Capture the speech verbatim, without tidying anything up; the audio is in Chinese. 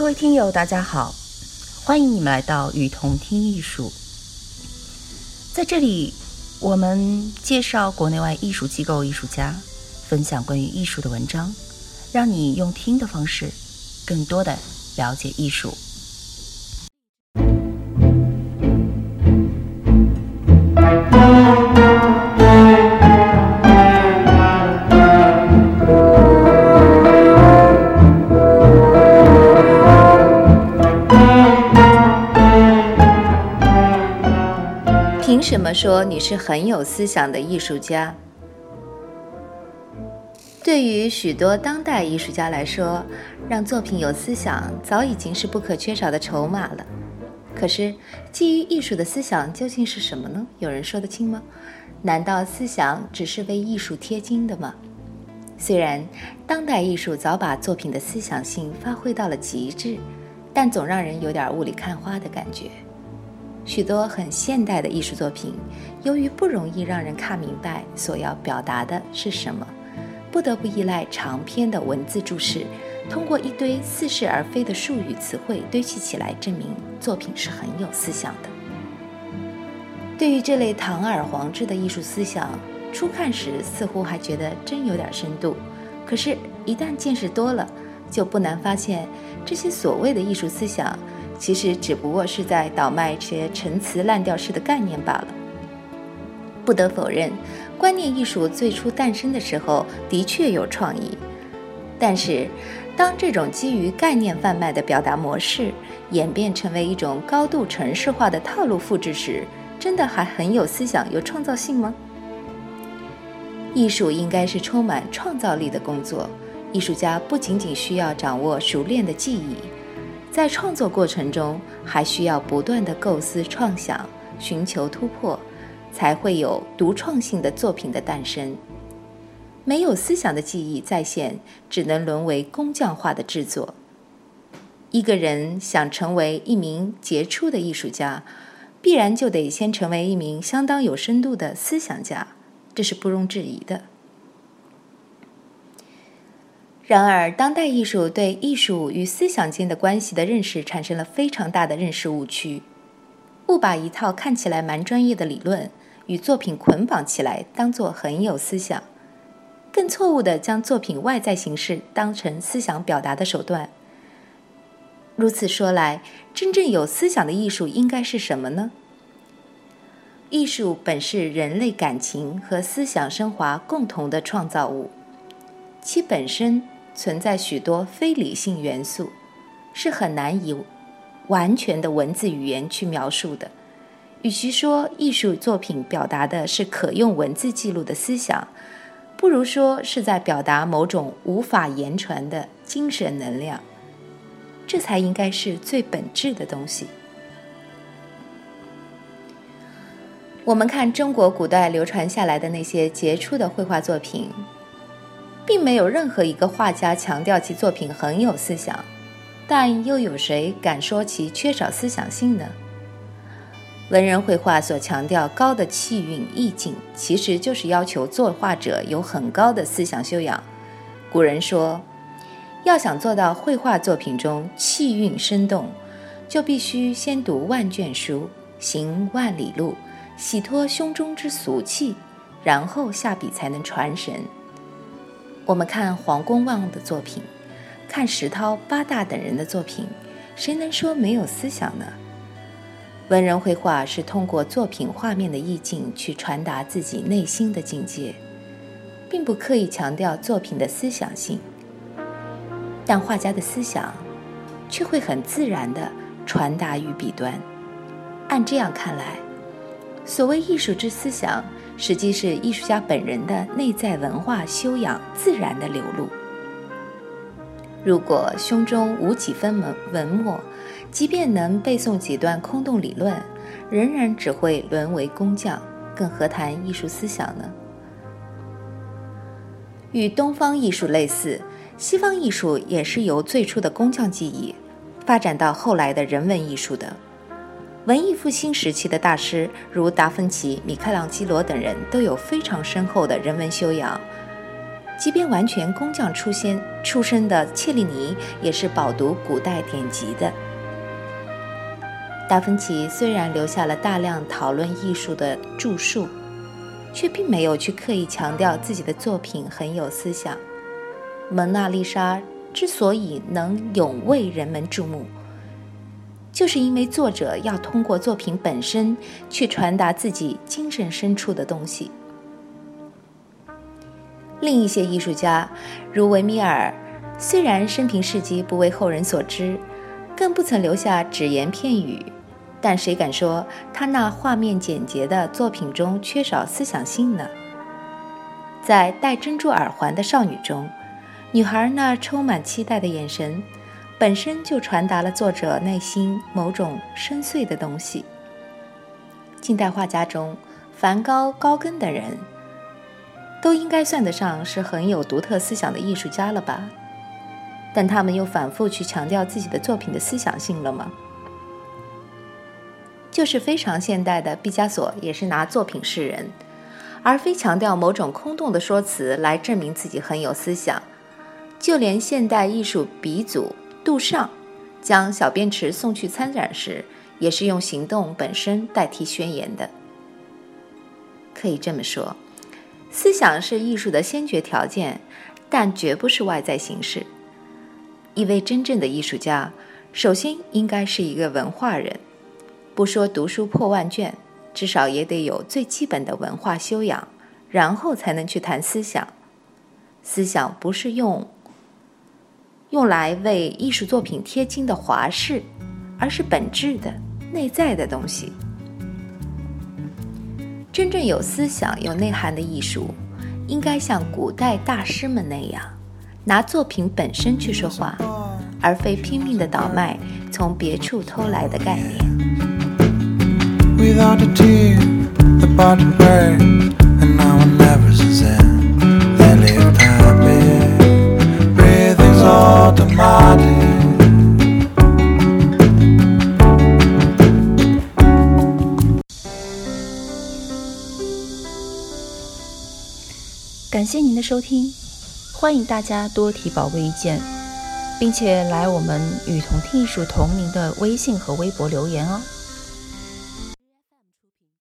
各位听友大家好，欢迎你们来到雨桐听艺术。在这里我们介绍国内外艺术机构艺术家，分享关于艺术的文章，让你用听的方式更多的了解艺术。 凭什么说你是很有思想的艺术家？对于许多当代艺术家来说，让作品有思想早已经是不可缺少的筹码了。可是基于艺术的思想究竟是什么呢？有人说得清吗？难道思想只是为艺术贴金的吗？虽然当代艺术早把作品的思想性发挥到了极致，但总让人有点雾里看花的感觉。许多很现代的艺术作品，由于不容易让人看明白所要表达的是什么，不得不依赖长篇的文字注释，通过一堆似是而非的术语词汇堆砌起来，证明作品是很有思想的。对于这类堂而皇之的艺术思想，初看时似乎还觉得真有点深度，可是一旦见识多了，就不难发现这些所谓的艺术思想其实只不过是在倒卖些陈词滥调式的概念罢了。不得否认，观念艺术最初诞生的时候的确有创意，但是当这种基于概念贩卖的表达模式演变成为一种高度程式化的套路复制时，真的还很有思想有创造性吗？艺术应该是充满创造力的工作，艺术家不仅仅需要掌握熟练的技艺，在创作过程中还需要不断的构思创想，寻求突破，才会有独创性的作品的诞生。没有思想的技艺再现，只能沦为工匠化的制作。一个人想成为一名杰出的艺术家，必然就得先成为一名相当有深度的思想家，这是不容置疑的。然而，当代艺术对艺术与思想间的关系的认识产生了非常大的认识误区，误把一套看起来蛮专业的理论与作品捆绑起来，当作很有思想，更错误地将作品外在形式当成思想表达的手段。如此说来，真正有思想的艺术应该是什么呢？艺术本是人类感情和思想升华共同的创造物，其本身存在许多非理性元素，是很难以完全的文字语言去描述的。与其说艺术作品表达的是可用文字记录的思想，不如说是在表达某种无法言传的精神能量，这才应该是最本质的东西。我们看中国古代流传下来的那些杰出的绘画作品，并没有任何一个画家强调其作品很有思想，但又有谁敢说其缺少思想性呢？文人绘画所强调高的气韵意境，其实就是要求作画者有很高的思想修养。古人说，要想做到绘画作品中气韵生动，就必须先读万卷书，行万里路，洗脱胸中之俗气，然后下笔才能传神。我们看黄公望的作品，看石涛、八大等人的作品，谁能说没有思想呢？文人绘画是通过作品画面的意境去传达自己内心的境界，并不刻意强调作品的思想性，但画家的思想却会很自然地传达于笔端。按这样看来，所谓艺术之思想，实际是艺术家本人的内在文化修养自然的流露。如果胸中无几分文墨，即便能背诵几段空洞理论，仍然只会沦为工匠，更何谈艺术思想呢？与东方艺术类似，西方艺术也是由最初的工匠技艺发展到后来的人文艺术的。文艺复兴时期的大师如达芬奇、米开朗基罗等人都有非常深厚的人文修养， 即便完全工匠出身出身的切利尼也是饱读古代典籍的。达芬奇虽然留下了大量讨论艺术的著述，却并没有去刻意强调自己的作品很有思想。蒙娜丽莎之所以能永为人们注目，就是因为作者要通过作品本身去传达自己精神深处的东西。另一些艺术家，如维米尔，虽然生平事迹不为后人所知，更不曾留下只言片语，但谁敢说他那画面简洁的作品中缺少思想性呢？在戴珍珠耳环的少女中，女孩那充满期待的眼神本身就传达了作者内心某种深邃的东西。近代画家中，梵高、高更等人都应该算得上是很有独特思想的艺术家了吧？但他们又反复去强调自己的作品的思想性了吗？就是非常现代的毕加索也是拿作品示人，而非强调某种空洞的说辞来证明自己很有思想。就连现代艺术鼻祖杜尚将小便池送去参展时，也是用行动本身代替宣言的。可以这么说，思想是艺术的先决条件，但绝不是外在形式。一位真正的艺术家，首先应该是一个文化人，不说读书破万卷，至少也得有最基本的文化修养，然后才能去谈思想。思想不是用用来为艺术作品贴金的华饰，而是本质的内在的东西。真正有思想有内涵的艺术，应该像古代大师们那样，拿作品本身去说话，而非拼命的倒卖从别处偷来的概念。 Without a tear, the body burned, and now one never in. They lived happy, breathing's automatic. 感谢您的收听，欢迎大家多提宝贵意见，并且来我们与同听艺术同名的微信和微博留言哦。